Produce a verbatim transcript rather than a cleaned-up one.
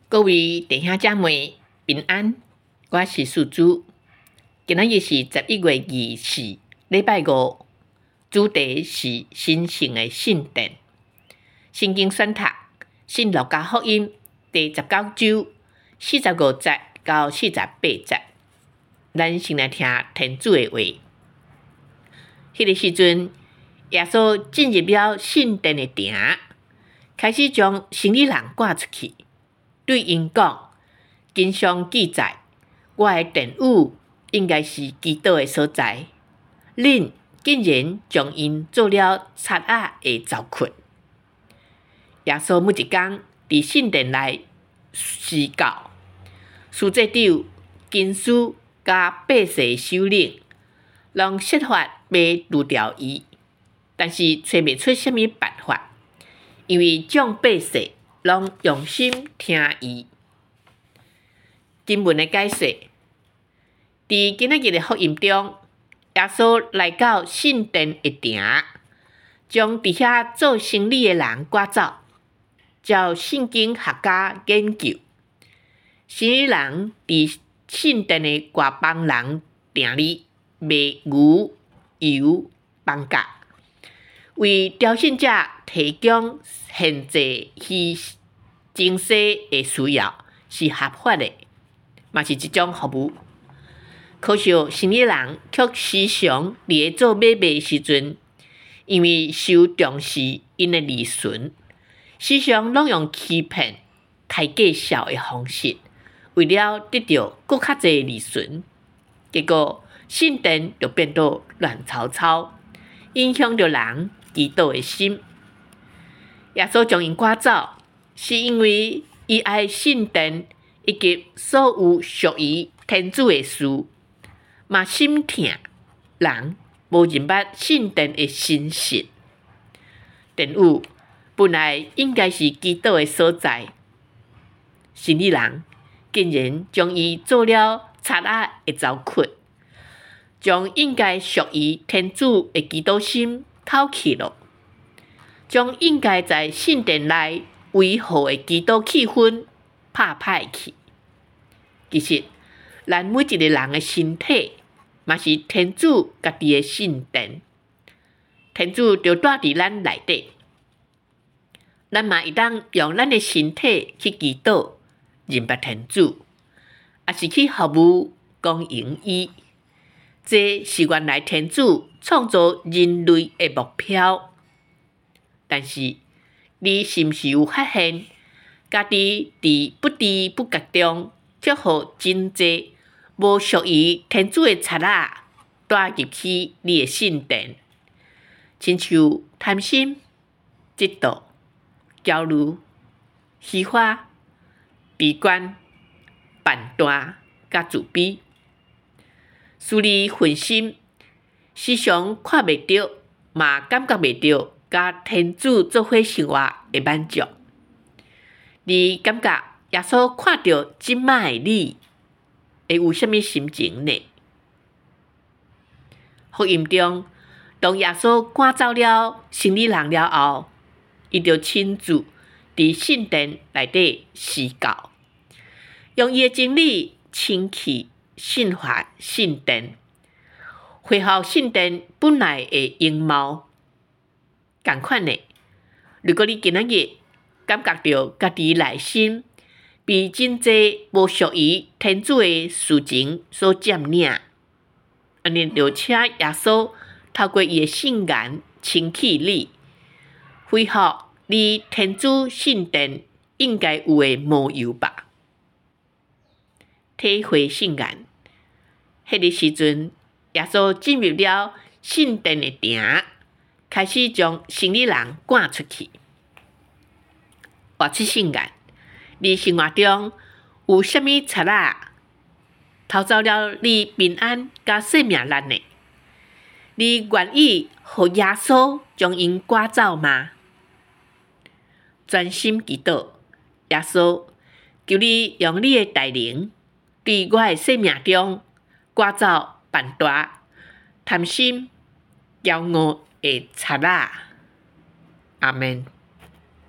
各位弟兄姐妹平安，我是素珠。今仔日是十一月二四，礼拜五，主题是神圣的圣殿。圣经选读《圣路加福音》第十九章四十五节到四十八节。咱先来听天主的话。迄个时阵，耶稣进入了圣殿的埕，开始将生理人赶出去。对因讲，经上记载，我的殿宇应该是基督的所在，恁竟然将因做了贼仔的巢窟。耶稣每一天伫圣殿内施教，司祭长、经师甲百姓首领，拢设法要除掉伊，但是找袂出什么办法，因为众百姓拢用心听伊。经文的解释，伫今仔日的福音中，耶稣来到圣殿的埕，将伫遐做生意的人赶走。照圣经学家研究，生意人伫圣殿的外邦人埕里卖牛、油、房价，为朝圣者提供现济与经济的需要是合法的，嘛是一种服务。可惜生意人却时常伫咧做买卖的时阵，因为受重视因的利润，时常拢用欺骗、抬价销的方式，为了得到更较济利润，结果圣殿就变得乱糟糟，影响着人祈祷的心。耶稣将因赶走，是因为伊爱圣殿以及所有属于天主的事，嘛心疼人无认捌圣殿的神圣。殿宇本来应该是基督的所在，生意人竟然将伊做了贼仔的巢窟，将应该属于天主的基督心偷去了，将应该在圣殿内维护的基督气氛拍歹去。其实，咱每一个人的身体，嘛是天主家己的圣殿，天主就住伫咱内底。咱嘛会当用咱的身体去祈祷、认捌天主，也是去服务、供应伊。这是原来天主创造人类的目标。但是，你是毋是有发现，家己伫不知不觉中，却互真济无属于天主的贼仔带入去你的圣殿，亲像贪心、嫉妒、焦虑、虚华、悲观、反弹甲自卑，使你分心，时常看袂到，嘛感觉袂到，甲天主做伙生活的满足。你感觉耶稣看到即摆的你，会有啥物心情呢？福音中，当耶稣赶走了生理人了后，伊就亲自伫圣殿内底施教，用伊的真理清气圣化圣殿，恢复圣殿本来的样貌。同款的，如果你今仔日感觉到家己内心被真济无属于天主的事情所占领，安尼就请耶稣透过伊的圣言清气你，恢复你天主圣殿应该有的模样吧。体会圣言，迄个时阵，耶稣进入了圣殿的埕，开始将生理人赶出去。活出圣言，你生活中有啥物贼仔偷走了你平安甲生命力呢？你愿意互耶稣将因赶走吗？专心祈祷，耶稣，求你用你的大能，伫我的生命中赶走反大、贪心、骄傲的贼仔。阿们。